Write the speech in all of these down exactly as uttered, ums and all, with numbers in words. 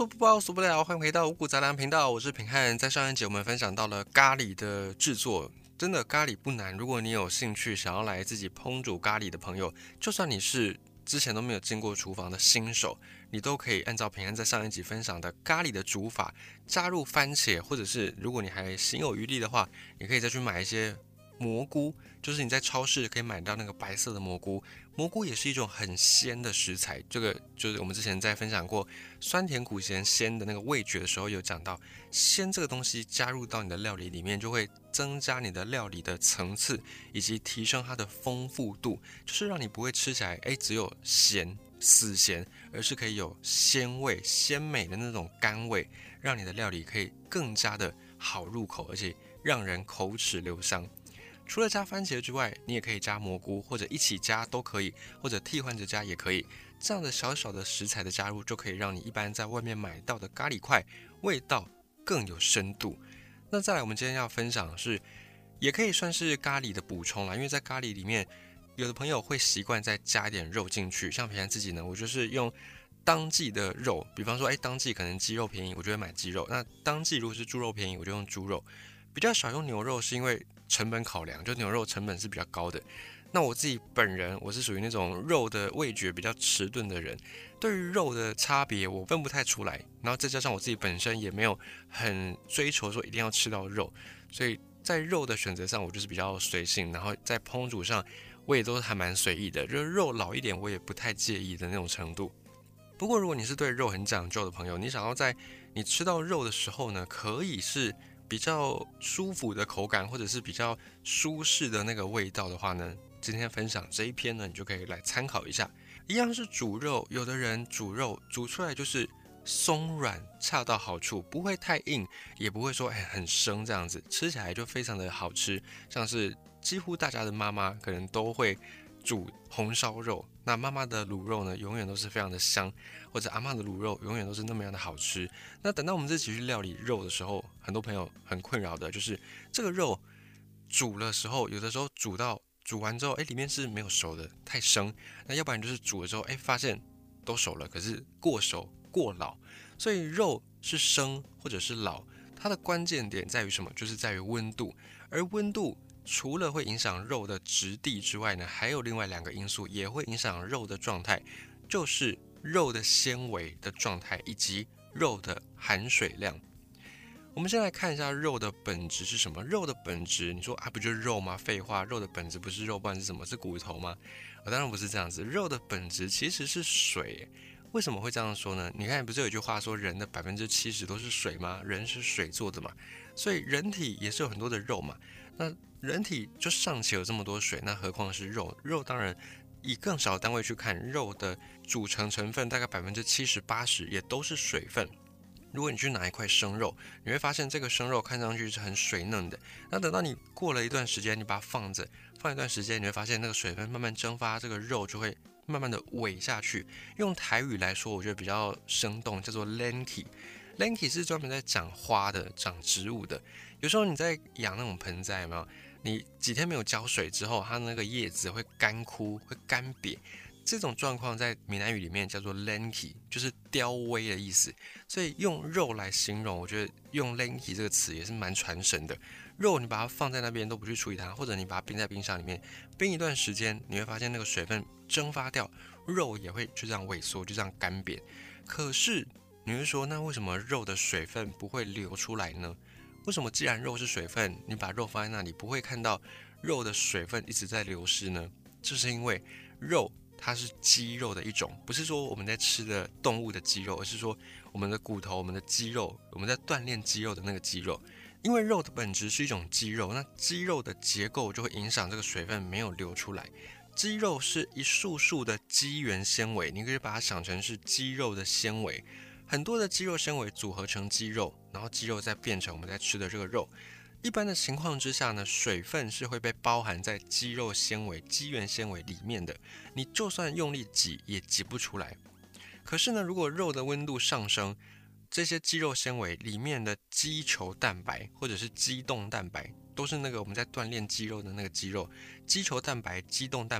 说不包说不了，欢迎回到五谷杂粮频道，我是品汉。在上一集我们分享到了咖喱的制作，真的咖喱不难。如果你有兴趣想要来自己烹煮咖喱的朋友，就算你是之前都没有进过厨房的新手，你都可以按照品汉在上一集分享的咖喱的煮法，加入番茄，或者是如果你还心有余力的话，你可以再去买一些蘑菇，就是你在超市可以买到那个白色的蘑菇，蘑菇也是一种很鲜的食材。这个就是我们之前在分享过酸甜苦咸鲜的那个味觉的时候有讲到，鲜这个东西加入到你的料理里面，就会增加你的料理的层次，以及提升它的丰富度，就是让你不会吃起来哎只有咸死咸，而是可以有鲜味鲜美的那种甘味，让你的料理可以更加的好入口，而且让人口齿留香。除了加番茄之外，你也可以加蘑菇，或者一起加都可以，或者替换着加也可以。这样的小小的食材的加入，就可以让你一般在外面买到的咖喱块味道更有深度。那再来，我们今天要分享的是，也可以算是咖喱的补充啦，因为在咖喱里面，有的朋友会习惯再加一点肉进去，像平常自己呢，我就是用当季的肉，比方说，哎，当季可能鸡肉便宜，我就会买鸡肉；那当季如果是猪肉便宜，我就用猪肉。比较少用牛肉，是因为成本考量，就牛肉成本是比较高的。那我自己本人，我是属于那种肉的味觉比较迟钝的人，对于肉的差别我分不太出来。然后再加上我自己本身也没有很追求说一定要吃到肉，所以在肉的选择上，我就是比较随性。然后在烹煮上，我也都还蛮随意的，就是肉老一点，我也不太介意的那种程度。不过如果你是对肉很讲究的朋友，你想要在你吃到肉的时候呢，可以是比较舒服的口感，或者是比较舒适的那个味道的话呢，今天分享这一篇呢，你就可以来参考一下。一样是煮肉，有的人煮肉煮出来就是松软，恰到好处，不会太硬，也不会说哎很生这样子，吃起来就非常的好吃。像是几乎大家的妈妈可能都会煮红烧肉，那妈妈的卤肉呢，永远都是非常的香，或者阿嬷的卤肉永远都是那么样的好吃。那等到我们自己去料理肉的时候，很多朋友很困扰的就是这个肉煮的时候，有的时候煮到煮完之后，哎，里面是没有熟的，太生；那要不然就是煮的时候，哎，发现都熟了，可是过熟过老。所以肉是生或者是老，它的关键点在于什么？就是在于温度，而温度除了会影响肉的质地之外呢，还有另外两个因素也会影响肉的状态，就是肉的纤维的状态以及肉的含水量。我们先来看一下肉的本质是什么。肉的本质，你说啊，不就是肉吗？废话，肉的本质不是肉，不然是什么？是骨头吗？啊，当然不是这样子。肉的本质其实是水。为什么会这样说呢？你看，不是有一句话说人的百分之七十都是水吗？人是水做的嘛，所以人体也是有很多的肉嘛。那人体就尚且有这么多水，那何况是肉？肉当然以更少的单位去看，肉的组成成分大概百分之七十八十也都是水分。如果你去拿一块生肉，你会发现这个生肉看上去是很水嫩的。那等到你过了一段时间，你把它放着，放一段时间，你会发现那个水分慢慢蒸发，这个肉就会慢慢的萎下去。用台语来说，我觉得比较生动，叫做 lanky。lanky 是专门在长花的、长植物的。有时候你在养那种盆栽，有没有？你几天没有浇水之后，它那个叶子会干枯、会干瘪。这种状况在闽南语里面叫做 lanky， 就是凋萎的意思。所以用肉来形容，我觉得用 lanky 这个词也是蛮传神的。肉你把它放在那边都不去处理它，或者你把它冰在冰箱里面冰一段时间，你会发现那个水分蒸发掉，肉也会就这样萎缩，就这样干瘪。可是你会说，那为什么肉的水分不会流出来呢？为什么既然肉是水分，你把肉放在那里不会看到肉的水分一直在流失呢？就是因为肉它是肌肉的一种，不是说我们在吃的动物的肌肉，而是说我们的骨头、我们的肌肉，我们在锻炼肌肉的那个肌肉。因为肉的本质是一种肌肉，那肌肉的结构就会影响这个水分没有流出来。肌肉是一束束的肌原纤维，你可以把它想成是肌肉的纤维，很多的肌肉纤维组合成肌肉，然后肌肉再变成我们在吃的这个肉。一般的情况之下呢，水分是会被包含在肌肉纤维、肌原纤维里面的，你就算用力挤也挤不出来。可是呢，如果肉的温度上升，这些肌肉纤维里面的肌球蛋白或者是肌动蛋白，都是那个我们在锻炼肌肉的那个肌肉，肌球蛋白、肌动蛋白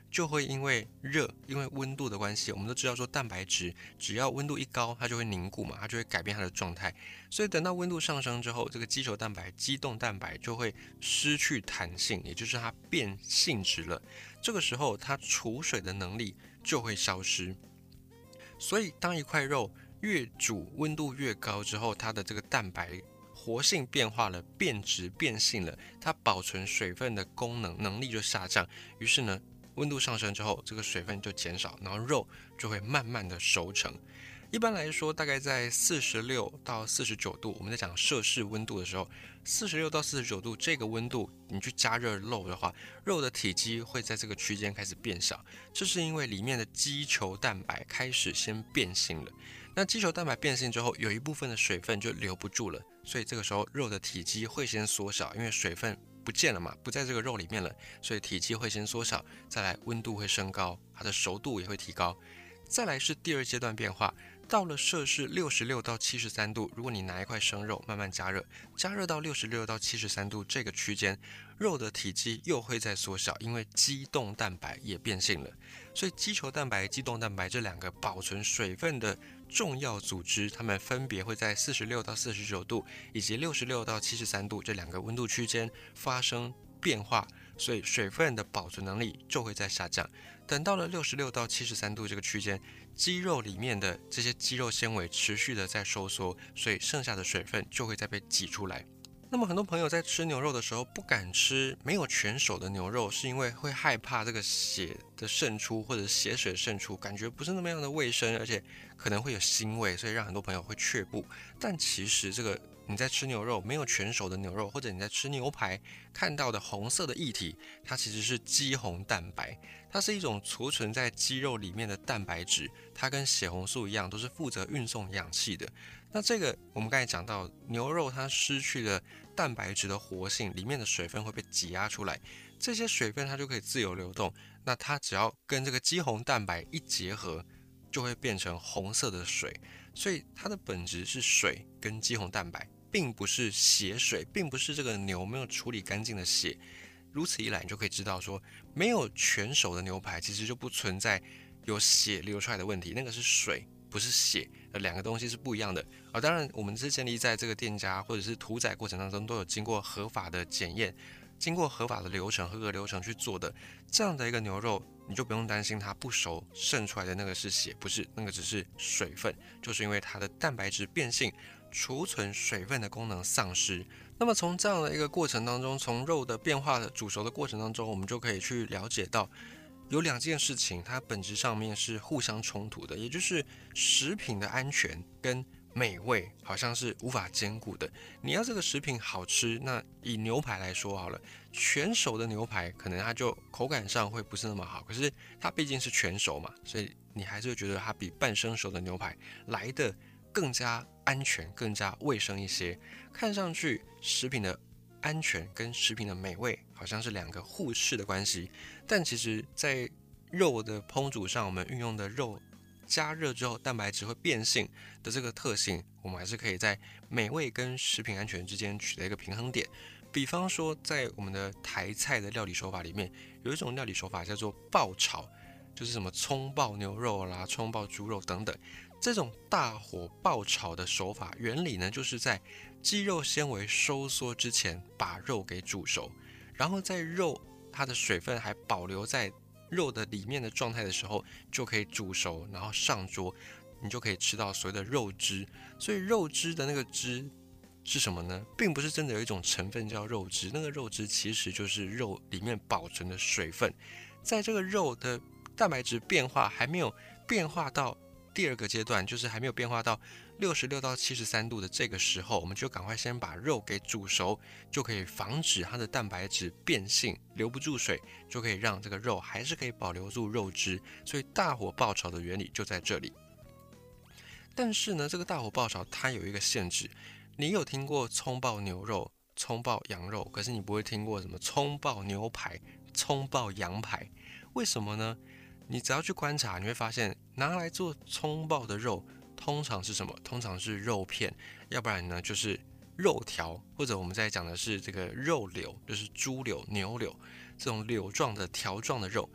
就会因为热，因为温度的关系，我们都知道说蛋白质只要温度一高，它就会凝固嘛，它就会改变它的状态。所以等到温度上升之后，这个肌球蛋白、肌动蛋白就会失去弹性，也就是它变性质了。这个时候，它储水的能力就会消失。所以当一块肉越煮温度越高之后，它的这个蛋白活性变化了，变质变性了，它保存水分的功能能力就下降。于是呢，温度上升之后，这个水分就减少，然后肉就会慢慢的熟成。一般来说，大概在四十六到四十九度，我们在讲摄氏温度的时候，四十六到四十九度这个温度，你去加热肉的话，肉的体积会在这个区间开始变小。这是因为里面的肌球蛋白开始先变性了。那肌球蛋白变性之后，有一部分的水分就留不住了，所以这个时候肉的体积会先缩小，因为水分不见了嘛，不在这个肉里面了，所以体积会先缩小。再来，温度会升高，它的熟度也会提高。再来是第二阶段变化，到了摄氏六十六到七十三度，如果你拿一块生肉慢慢加热，加热到六十六到七十三度这个区间，肉的体积又会再缩小，因为肌动蛋白也变性了。所以肌球蛋白、肌动蛋白这两个保存水分的重要组织，它们分别会在四十六到四十九度以及六十六到七十三度这两个温度区间发生变化，所以水分的保存能力就会在下降。等到了六十六到七十三度这个区间，肌肉里面的这些肌肉纤维持续的在收缩，所以剩下的水分就会再被挤出来。那么很多朋友在吃牛肉的时候不敢吃没有全熟的牛肉，是因为会害怕这个血的渗出或者血水渗出，感觉不是那么样的卫生，而且可能会有腥味，所以让很多朋友会却步。但其实这个你在吃牛肉没有全熟的牛肉，或者你在吃牛排看到的红色的液体，它其实是肌红蛋白，它是一种储存在肌肉里面的蛋白质，它跟血红素一样，都是负责运送氧气的。那这个我们刚才讲到，牛肉它失去了蛋白质的活性，里面的水分会被挤压出来，这些水分它就可以自由流动，那它只要跟这个肌红蛋白一结合，就会变成红色的水。所以它的本质是水跟肌红蛋白，并不是血水，并不是这个牛没有处理干净的血。如此一来，你就可以知道说，没有全熟的牛排其实就不存在有血流出来的问题，那个是水，不是血，两个东西是不一样的。而当然，我们是建立在这个店家或者是屠宰过程当中都有经过合法的检验，经过合法的流程、合格流程去做的，这样的一个牛肉，你就不用担心它不熟渗出来的那个是血，不是，那个只是水分，就是因为它的蛋白质变性，储存水分的功能丧失。那么从这样的一个过程当中，从肉的变化的煮熟的过程当中，我们就可以去了解到，有两件事情，它本质上面是互相冲突的，也就是食品的安全跟美味好像是无法兼顾的。你要这个食品好吃，那以牛排来说好了，全熟的牛排可能它就口感上会不是那么好，可是它毕竟是全熟嘛，所以你还是会觉得它比半生熟的牛排来的更加安全、更加卫生一些。看上去食品的安全跟食品的美味好像是两个互斥的关系，但其实在肉的烹煮上，我们运用的肉加热之后蛋白质会变性的这个特性，我们还是可以在美味跟食品安全之间取得一个平衡点。比方说在我们的台菜的料理手法里面，有一种料理手法叫做爆炒，就是什么葱爆牛肉啦、葱爆猪肉等等，这种大火爆炒的手法原理呢，就是在肌肉纤维收缩之前把肉给煮熟，然后在肉它的水分还保留在肉的里面的状态的时候，就可以煮熟，然后上桌，你就可以吃到所谓的肉汁。所以肉汁的那个汁是什么呢？并不是真的有一种成分叫肉汁，那个肉汁其实就是肉里面保存的水分。在这个肉的蛋白质变化还没有变化到第二个阶段，就是还没有变化到六十六到七十三度的这个时候，我们就赶快先把肉给煮熟，就可以防止它的蛋白质变性，留不住水，就可以让这个肉还是可以保留住肉汁。所以大火爆炒的原理就在这里。但是呢，这个大火爆炒它有一个限制，你有听过葱爆牛肉、葱爆羊肉，可是你不会听过什么葱爆牛排、葱爆羊排。为什么呢？你只要去观察，你会发现拿来做葱爆的肉通常是什么？通常是肉片，要不然呢就是肉条，或者我们在讲的是这个肉柳，就是猪柳、牛柳这种柳状的条状的肉。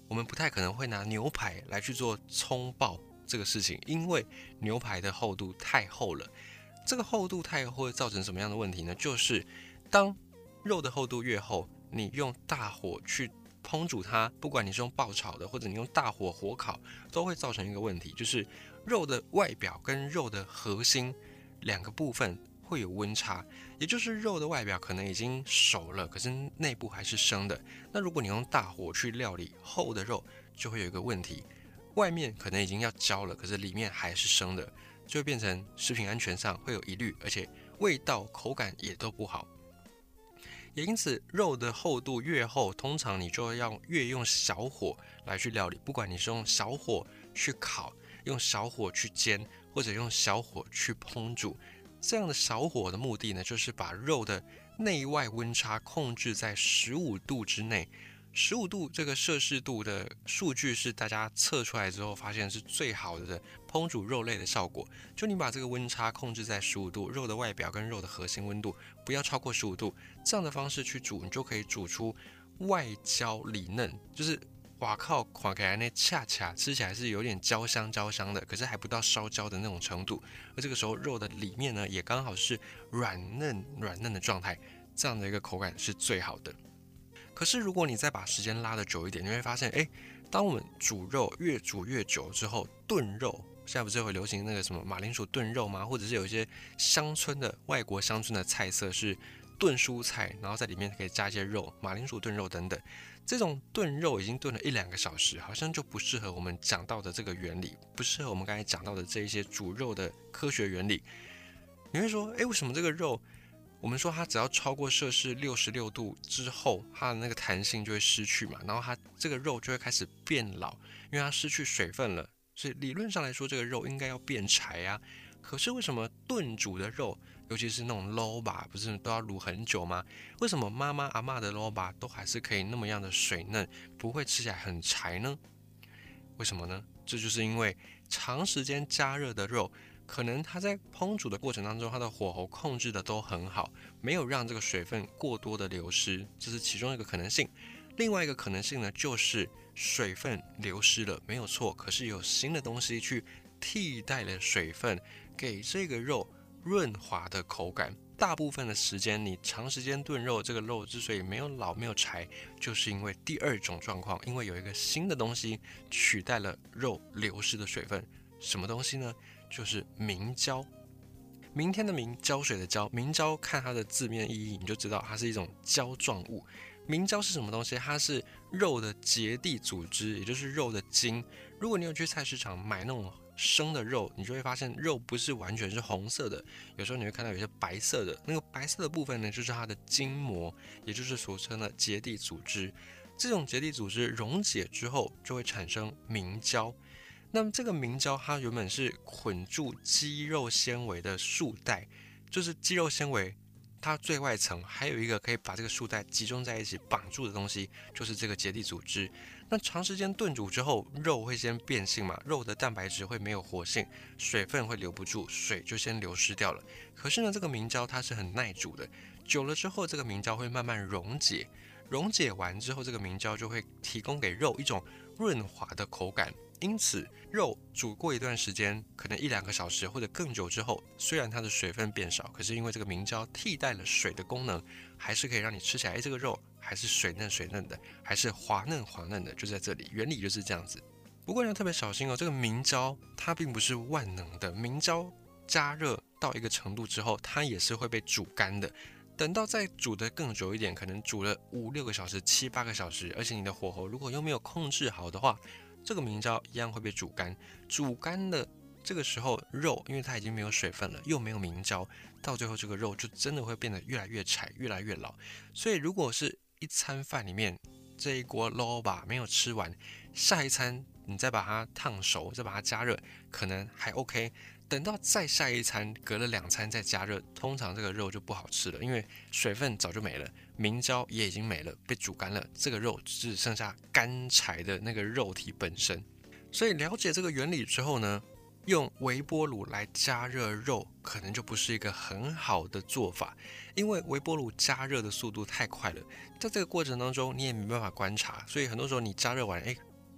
我们不太可能会拿牛排来去做葱爆这个事情，因为牛排的厚度太厚了。这个厚度太厚会造成什么样的问题呢？就是当肉的厚度越厚，你用大火去烹煮它，不管你是用爆炒的，或者你用大火火烤，都会造成一个问题，就是肉的外表跟肉的核心两个部分会有温差，也就是肉的外表可能已经熟了，可是内部还是生的。那如果你用大火去料理厚的肉，就会有一个问题，外面可能已经要焦了，可是里面还是生的，就会变成食品安全上会有疑虑，而且味道口感也都不好。也因此，肉的厚度越厚，通常你就要越用小火来去料理，不管你是用小火去烤，用小火去煎，或者用小火去烹煮。这样的小火的目的呢，就是把肉的内外温差控制在十五度之内。十五度这个摄氏度的数据是大家测出来之后发现是最好的烹煮肉类的效果。就你把这个温差控制在十五度，肉的外表跟肉的核心温度不要超过十五度，这样的方式去煮，你就可以煮出外焦里嫩，就是哇靠，看起来那恰恰吃起来是有点焦香焦香的，可是还不到烧焦的那种程度。而这个时候肉的里面呢，也刚好是软嫩软嫩的状态，这样的一个口感是最好的。可是如果你再把时间拉得久一点，你会发现，哎，当我们煮肉越煮越久之后，炖肉，现在不是会流行那个什么马铃薯炖肉吗？或者是有一些乡村的外国乡村的菜色是炖蔬菜，然后在里面可以加一些肉，马铃薯炖肉等等。这种炖肉已经炖了一两个小时，好像就不适合我们讲到的这个原理，不适合我们刚才讲到的这一些煮肉的科学原理。你会说，哎，为什么这个肉？我们说它只要超过摄氏六十六度之后，它的那个弹性就会失去嘛，然后它这个肉就会开始变老，因为它失去水分了，所以理论上来说，这个肉应该要变柴啊。可是为什么炖煮的肉，尤其是那种滷吧，不是都要卤很久吗？为什么妈妈阿嬷的滷吧都还是可以那么样的水嫩，不会吃起来很柴呢？为什么呢？这就是因为长时间加热的肉，可能它在烹煮的过程当中，它的火候控制的都很好，没有让这个水分过多的流失，这是其中一个可能性。另外一个可能性呢，就是水分流失了，没有错，可是有新的东西去替代了水分，给这个肉润滑的口感。大部分的时间，你长时间炖肉，这个肉之所以没有老没有柴，就是因为第二种状况，因为有一个新的东西取代了肉流失的水分。什么东西呢？就是明胶。明天的明，胶水的胶，明胶看它的字面意义，你就知道它是一种胶状物。明胶是什么东西？它是肉的结缔组织，也就是肉的筋。如果你有去菜市场买那种生的肉，你就会发现肉不是完全是红色的，有时候你会看到有些白色的，那个白色的部分呢，就是它的筋膜，也就是俗称的结缔组织。这种结缔组织溶解之后，就会产生明胶。那么这个明胶它原本是捆住肌肉纤维的束带，就是肌肉纤维它最外层还有一个可以把这个束带集中在一起绑住的东西，就是这个结缔组织。那长时间炖煮之后，肉会先变性嘛，肉的蛋白质会没有活性，水分会留不住，水就先流失掉了。可是呢，这个明胶它是很耐煮的，久了之后，这个明胶会慢慢溶解，溶解完之后，这个明胶就会提供给肉一种润滑的口感。因此，肉煮过一段时间，可能一两个小时或者更久之后，虽然它的水分变少，可是因为这个明胶替代了水的功能，还是可以让你吃起来，这个肉还是水嫩水嫩的，还是滑嫩滑嫩的，就在这里，原理就是这样子。不过要特别小心哦，这个明胶它并不是万能的，明胶加热到一个程度之后，它也是会被煮干的。等到再煮得更久一点，可能煮了五六个小时、七八个小时，而且你的火候如果又没有控制好的话，这个明胶一样会被煮干。煮干的这个时候，肉因为它已经没有水分了，又没有明胶，到最后这个肉就真的会变得越来越柴，越来越老。所以如果是一餐饭里面这一锅捞吧没有吃完，下一餐你再把它烫熟，再把它加热，可能还 OK。等到再下一餐，隔了两餐再加热，通常这个肉就不好吃了，因为水分早就没了，明胶也已经没了，被煮干了，这个肉只剩下干柴的那个肉体本身。所以了解这个原理之后呢，用微波炉来加热肉可能就不是一个很好的做法，因为微波炉加热的速度太快了，在这个过程当中你也没办法观察，所以很多时候你加热完，哎，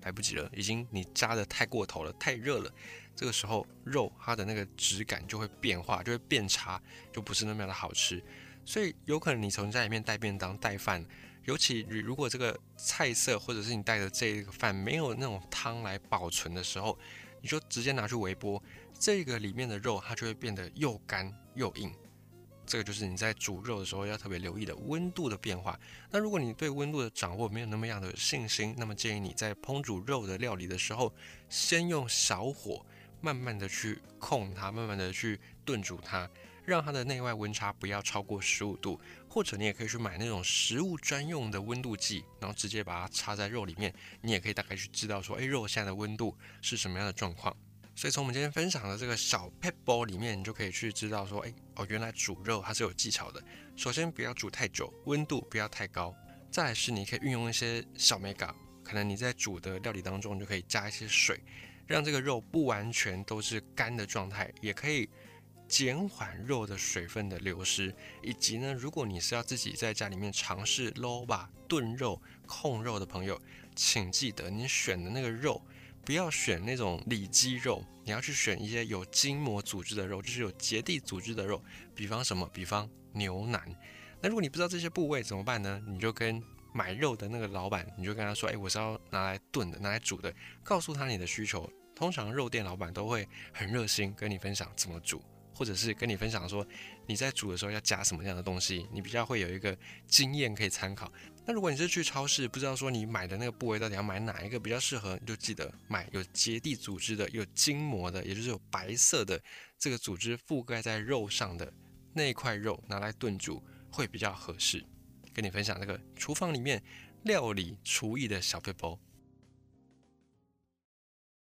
来不及了，已经你加的太过头了，太热了。这个时候肉它的那个质感就会变化，就会变差，就不是那么样的好吃。所以有可能你从家里面带便当带饭，尤其如果这个菜色或者是你带的这个饭没有那种汤来保存的时候，你就直接拿去微波，这个里面的肉它就会变得又干又硬。这个就是你在煮肉的时候要特别留意的温度的变化。那如果你对温度的掌握没有那么样的信心，那么建议你在烹煮肉的料理的时候，先用小火慢慢的去控它，慢慢的去炖煮它，让它的内外温差不要超过十五度，或者你也可以去买那种食物专用的温度计，然后直接把它插在肉里面，你也可以大概去知道说，哎，肉现在的温度是什么样的状况。所以从我们今天分享的这个小 pebble 里面，你就可以去知道说，哎，哦，原来煮肉它是有技巧的。首先不要煮太久，温度不要太高。再来是你可以运用一些小美感，可能你在煮的料理当中，你就可以加一些水，让这个肉不完全都是干的状态，也可以减缓肉的水分的流失。以及呢，如果你是要自己在家里面尝试捞吧炖肉、控肉的朋友，请记得你选的那个肉不要选那种里脊肉，你要去选一些有筋膜组织的肉，就是有结缔组织的肉，比方什么？比方牛腩。那如果你不知道这些部位怎么办呢？你就跟买肉的那个老板，你就跟他说，哎，我是要拿来炖的，拿来煮的，告诉他你的需求。通常肉店老板都会很热心跟你分享怎么煮，或者是跟你分享说你在煮的时候要加什么样的东西，你比较会有一个经验可以参考。那如果你是去超市，不知道说你买的那个部位到底要买哪一个比较适合，你就记得买有结缔组织的、有筋膜的，也就是有白色的这个组织覆盖在肉上的那一块肉拿来炖煮会比较合适。跟你分享这个厨房里面料理厨艺的小撇步。